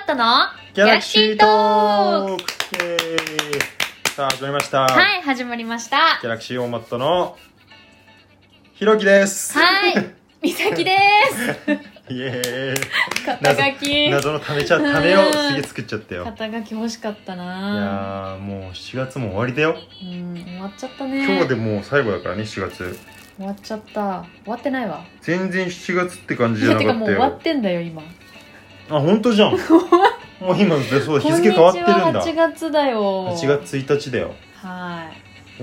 トのギャラクシートークさあ始まりました。 はい、始まりました。 ギャラクシーオーマットのひろきです。 はい、みさきですイエーイ。 肩書き謎の種をすげえ作っちゃったよ。 肩書き欲しかったな。 いやーもう7月も終わりだよ。 終わっちゃったね。 今日でもう最後だからね。7月終わっちゃった。終わってないわ。 全然7月って感じじゃなかったよ。 てかもう終わってんだよ今。 あ、本当じゃんもう今そう日付変わってるんだ。 こんにちは、8月だよ。 8月1日だよ。 はい、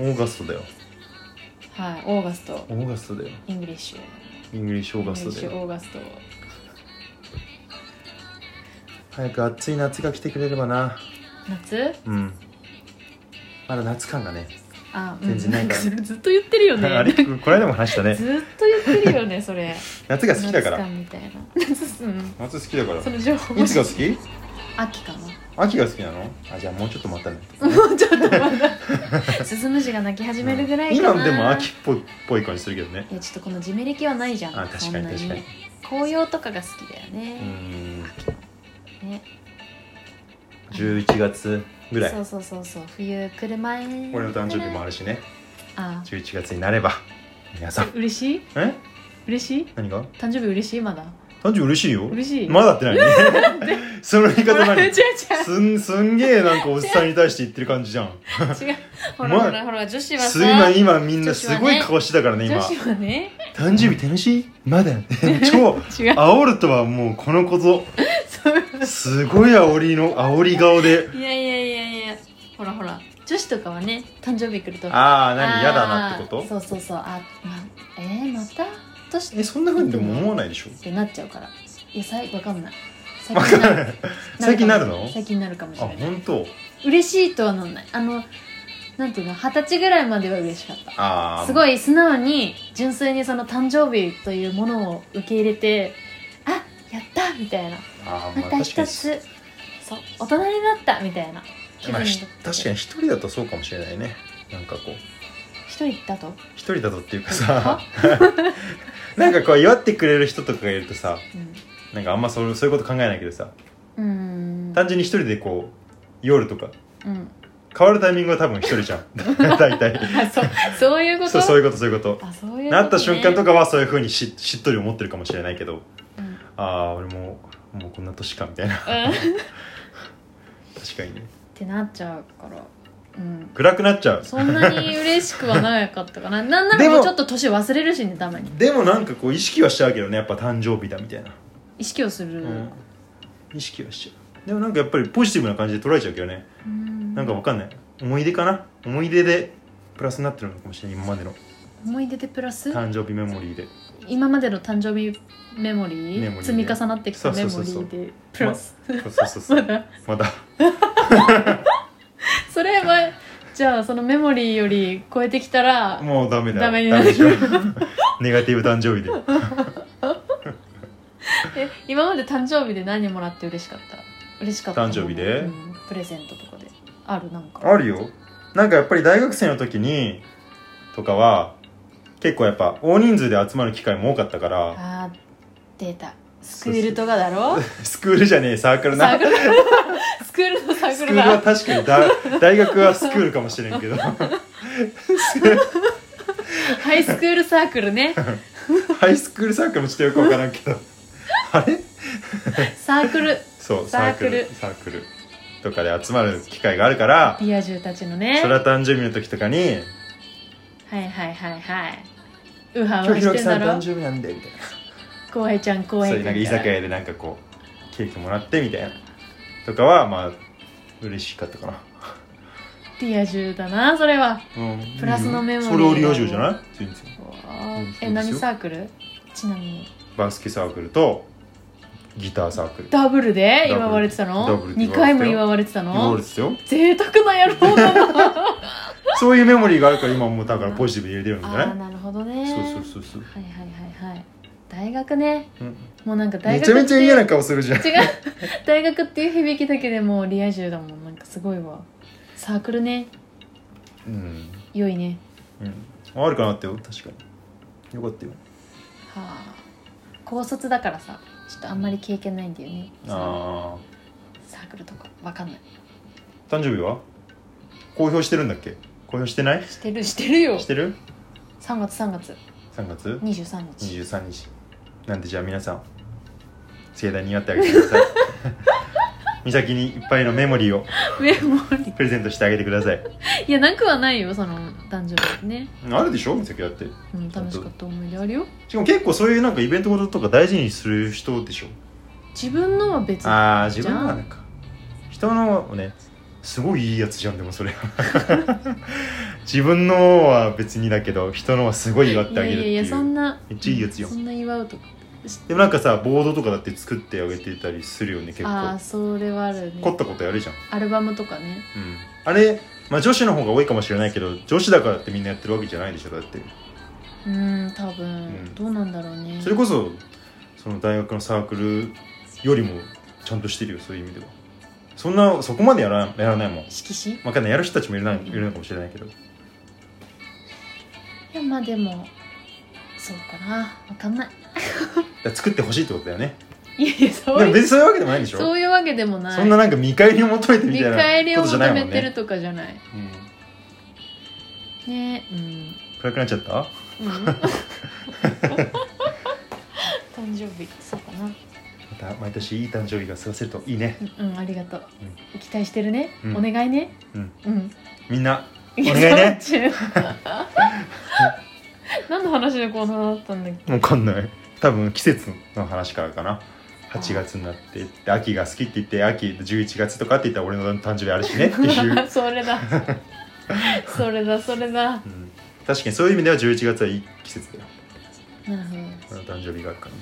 オーガストだよ。 はい、オーガスト。 オーガストだよ。 イングリッシュオーガストだよ。 オーガスト。 早く暑い夏が来てくれればな。 夏？ うん。まだ夏感がね。 あ、 全然ないから。 それずっと言ってるよね。 あれこの間も話したね。 ずっと言ってるよねそれ。 夏が好きだから。 夏感みたいな。 夏好きだから。 その情報。 いつが好き？ 秋かな。 秋が好きなの？あ、じゃあもうちょっと待ったね。 もうちょっと待った。スズムシが鳴き始めるぐらいかな。 今でも秋っぽい感じするけどね。 いやちょっとこのジメ歴はないじゃん。 あ、確かに確かに。 紅葉とかが好きだよね。ね。 11月ぐらい。 そう冬来る前。 俺の誕生日もあるしね。 あ、 11月になれば皆さん。 嬉しい？嬉しい？何が？ 誕生日嬉しいまだ？ 誕生日嬉しいよ。 嬉しい。 まだって何？その言い方何？ 違う。 すんげえなんかおじさんに対して言ってる感じじゃん。 違う。ほら女子はさ。 今みんなすごい顔してたからね今。 女子はね。 誕生日楽しい？まだ。超煽るとはもうこのこと。すごい煽り顔で。 いやほら女子とかはね誕生日来ると嫌だなってこと？ そうまた年そんな風にでも思わないでしょってなっちゃうから。いやわかんない。 最近なるの？ 最近なるかもしれない。 あ、本当？ 嬉しいとはなんない。なんていうの、20歳ぐらいまでは嬉しかった。すごい素直に純粋にその誕生日というものを受け入れて、あ、やったみたいな、また一つそう大人になったみたいな気分になって。 確かに一人だとそうかもしれないね。なんかこう一人だとっていうかさなんかこう祝ってくれる人とかがいるとさ、なんかあんまそういうこと考えないけどさ、単純に一人でこう夜とか、変わるタイミングは多分一人じゃん大体そういうこと？ そういうことあ、そういうことね。 なった瞬間とかはそういう風にしっとり思ってるかもしれないけど、俺もうこんな年かみたいな確かにねってなっちゃうから、 暗くなっちゃう。 そんなに嬉しくはなかったかな。なんならもうちょっと年忘れるしね、たまに。 でもなんかこう意識はしちゃうけどね、やっぱ誕生日だみたいな意識をする、 意識はしちゃう。でもなんかやっぱりポジティブな感じで捉えちゃうけどね。なんかわかんない、思い出かな、思い出でプラスになってるのかもしれない。今までの思い出でプラス、 誕生日メモリーで、 今までの誕生日メモリー積み重なってきたメモリーでプラス、まだそれはじゃあそのメモリーより超えてきたらもうダメだ、 ダメになるネガティブ誕生日で今まで誕生日で何もらって嬉しかった誕生日で、 プレゼントとかである？なんかあるよ。なんかやっぱり大学生の時にとかは結構やっぱ大人数で集まる機会も多かったから。 あー、出た。スクールとかだろ？ スクールじゃねえ、サークルな。 スクールのサークルだ。 スクールは確かに大学はスクールかもしれんけどハイスクールサークルねハイスクールサークルもちょっとよくわからんけどあれサークル、 そうサークルとかで集まる機会があるから、 リア充たちのね。 それは誕生日の時とかに、 はいウハウハしてんだろ。 今日ひろきさん誕生日なんでみたいな、 後輩ちゃんそういうなんか居酒屋でなんかこうケーキもらってみたいなとかはまあ嬉しかったかな。 リア充だなそれは、プラスのメモリー。 それはリア充じゃない？全然。 何サークル？ちなみにバスケサークルとギターサークル。 ダブルで祝われてたの？2回も祝われてたの？ 祝われてたよ。 贅沢な野郎だなそういうメモリーがあるから今もうだからポジティブに入れてるんじゃない？ なるほどね。 そうはい大学ね、もうなんか大学めちゃめちゃ嫌な顔するじゃん。 違う大学っていう響きだけでもうリア充だもん。なんかすごいわ。サークルね、良いね。 あるかなってよ。確かによかったよ。 はあ、高卒だからさ、ちょっとあんまり経験ないんだよね。 サークルとかわかんない。 誕生日は公表してるんだっけ？公表してない？ してるよ。 してる ？3月 3月 23 日なんで、じゃあ皆さん盛大に祝ってあげてください。美咲にいっぱいのメモリーをプレゼントしてあげてください。 いやなくはないよ、その誕生日ね。 あるでしょ美咲だって。 楽しかった思い出あるよ。 しかも結構そういうなんかイベントごととか大事にする人でしょ。 自分のは別に。 自分のはなんか人のね、すごいいいやつじゃん。でもそれ自分のは別にだけど人のはすごい祝ってあげるっていう。 いやそんなめっちゃいいやつよ。 そんな祝うとか。 でもなんかさ、ボードとかだって作ってあげてたりするよね、結構。 それはあるね。 凝ったことやるじゃん。 アルバムとかね。 あれ、女子の方が多いかもしれないけど、女子だからってみんなやってるわけじゃないでしょ、だって。 多分、どうなんだろうね。 それこそその大学のサークルよりもちゃんとしてるよ、そういう意味では。そこまでやらないもん。 色紙？ わかんない、やる人たちもいるのかもしれないけど。いやまあでもそうかな、わかんない。 作ってほしいってことだよね。 いやそういう、 でも別にそういうわけでもないでしょ。 そういうわけでもない。 そんななんか見返りを求めてみたいなことじゃないもんね。見返りを求めてるとかじゃない。ね暗くなっちゃった？ 誕生日そうかな。 また毎年いい誕生日が過ごせるといいね。 ありがとう。期待してるね。お願いね。 みんなお願いね。 何の話でこうなったんだっけ？ わかんない。多分季節の話からかな。8月になってって秋が好きって言って、秋11月とかって言ったら俺の誕生日あるしねっていう。 それだ確かにそういう意味では11月はいい季節だよ。 なるほど。 俺の誕生日があるからね。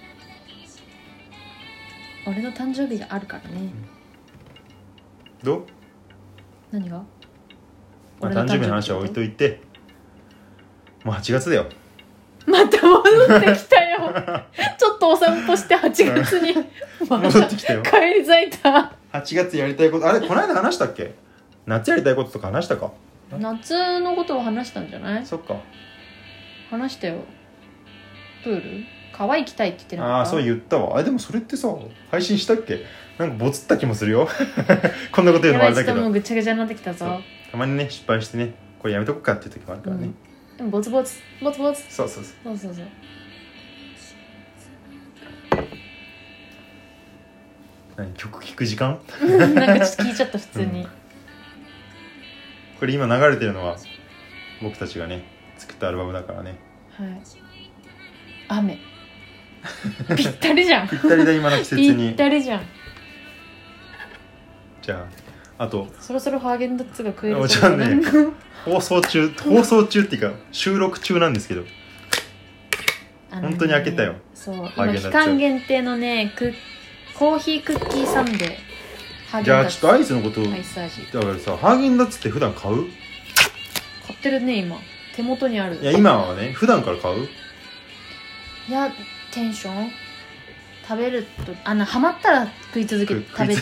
俺の誕生日があるからね。 どう？ 何が？ 誕生日の話は置いといて、もう8月だよ。 また戻ってきたよ。ちょっとお散歩して8月に戻ってきたよ。 帰り咲いた。 8月やりたいこと、あれこの間話したっけ？夏やりたいこととか話したか？ 夏のことを話したんじゃない？ そっか。 話したよ。プール？川行きたいって言ってなかった？ そう言ったわ。でもそれってさ、配信したっけ？なんかボツった気もするよ。こんなこと言うのもあれだけど。 ちょっともうぐちゃぐちゃになってきたぞ。 たまにね、失敗してね、これやめとくかっていう時もあるからね。 でもボツボツ。 そう。何、曲聴く時間？ なんかちょっと聞いちゃった普通に。 これ今流れてるのは僕たちがね作ったアルバムだからね。 はい。雨。ぴったりじゃん。 ぴったりだ、今の季節に。 ぴったりじゃん。 じゃあとそろそろハーゲンダッツが食える。 じゃあね、放送中っていうか収録中なんですけど、本当に開けたよ。 そう、今期間限定のねコーヒークッキーサンデー。 じゃあちょっとアイスのことアイス味だからさ、ハーゲンダッツって普段買う？ 買ってるね、今手元にある。 いや今はね、普段から買う？ いや、テンション食べるとハマったら食い続けちゃう。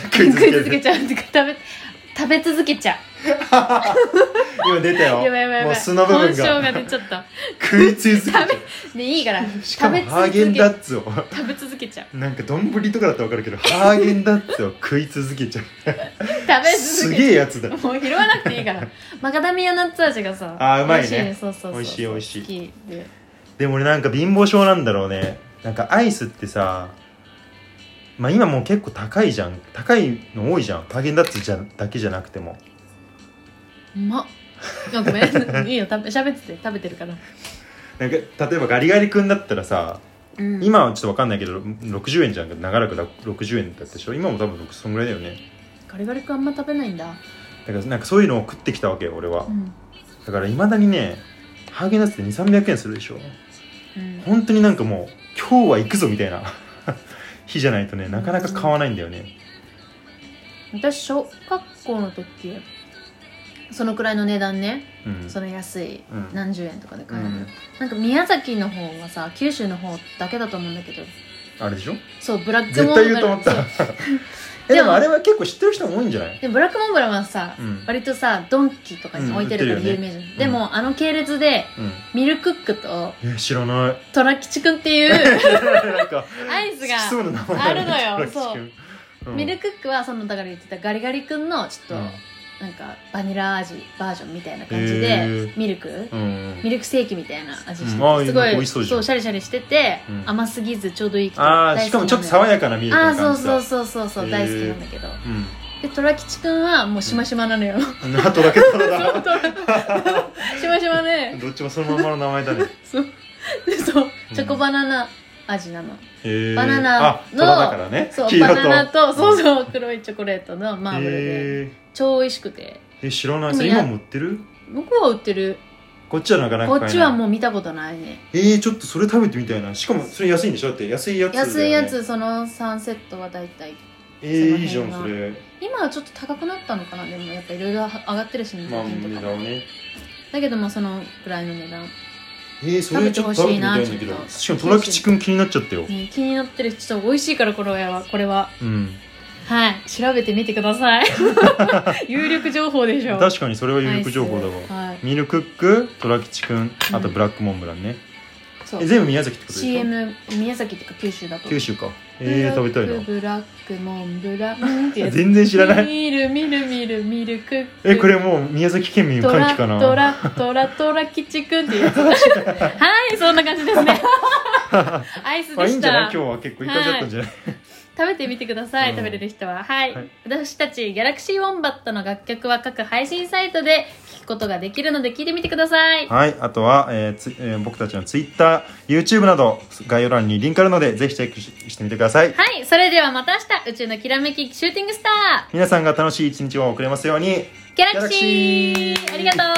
食べ続けちゃう。 今出たよ。 やばいもう素の部分が本性が出ちゃった。 食い続けちゃう。 ね、いいから。 しかもハーゲンダッツを食べ続けちゃう。 なんか丼とかだったら分かるけど、ハーゲンダッツを食い続けちゃう。 食べ続けちゃう。 すげえやつだ。 もう拾わなくていいから。マカダミアナッツ味がさ、 うまいね。 そう美味しい。 好きでも俺なんか貧乏症なんだろうね。なんかアイスってさ、今もう結構高いじゃん。高いの多いじゃん。ハーゲンダッツだけじゃなくても。 ごめん。いいよ、喋ってて。食べてるから。 なんか例えばガリガリ君だったらさ、今はちょっと分かんないけど60円じゃん。長らく60円だったでしょ。今も多分そんぐらいだよね。 ガリガリ君あんま食べないんだ。 だからなんかそういうのを食ってきたわけよ俺は。だからいまだにね、ハーゲンダッツって200、300円するでしょ。本当になんかもう今日は行くぞみたいな日じゃないとね、なかなか買わないんだよね。 私小学校の時そのくらいの値段ね、その安い何十円とかで買える、なんか宮崎の方はさ、九州の方だけだと思うんだけど、 あれでしょ。 そう、ブラックモンブラン。 絶対言うと思ったでもあれは結構知ってる人も多いんじゃない？ でもブラックモンブランはさ、割とさドンキとかに置いてるから有名じゃん、でも系列で、ミルクックと知らないトラ吉くんっていうなんかアイスがあるのよ。そうミルクックはそのだから言ってたガリガリ君のちょっと、なんかバニラ味バージョンみたいな感じでミルクセーキみたいな味してて、すごいそうシャリシャリしてて、甘すぎずちょうどいい。 しかもちょっと爽やかなミルクな感じだ。 そう大好きなんだけど、でトラ吉くんはもうしましまなのよ。 トラケトラだ。 しましまね。 どっちもそのままの名前だね。 そうチョコバナナ味なの。バナナのだからね、 そうバナナと黒いチョコレートのマーブルで超美味しくて。 知らない。それ今も売ってる？ 向こうは売ってる。 こっちはなかなか買えない。 こっちはもう見たことないね。 ちょっとそれ食べてみたいな。しかもそれ安いんでしょ？だって安いやつだよね。 安いやつ、その3セットはだいたいいいじゃんそれ。 今はちょっと高くなったのかな。でもやっぱいろいろ上がってるしね。 まあ値段ね。 だけどもそのくらいの値段。 それちょっと食べてみたいんだけど。しかもトラ吉くん気になっちゃったよ。 気になってる人美味しいからこれは。はい、調べてみてください。有力情報でしょ。 確かにそれは有力情報だわ。ミルクック、トラ吉くん、あとブラックモンブランね。全部宮崎ってことでしょ？ CM 宮崎っていうか九州だと。 九州か。食べたいな。 ブラックモンブランってやつ。 全然知らない。 ミルミルクック。 これもう宮崎県民歓喜かな。 トラ吉くんっていうやつ。はい、そんな感じですね。アイスでした。 いいんじゃない？今日は結構いい感じだったんじゃない？ 食べてみてください、食べれる人は。はい、私たちギャラクシーウォンバットの楽曲は各配信サイトで聴くことができるので聞いてみてください。 はい、あとは、僕たちの Twitter、YouTube など概要欄にリンクあるのでぜひチェックしてみてください。 はい、それではまた明日、宇宙のきらめきシューティングスター。 皆さんが楽しい一日を送れますように。 ギャラクシーありがとう。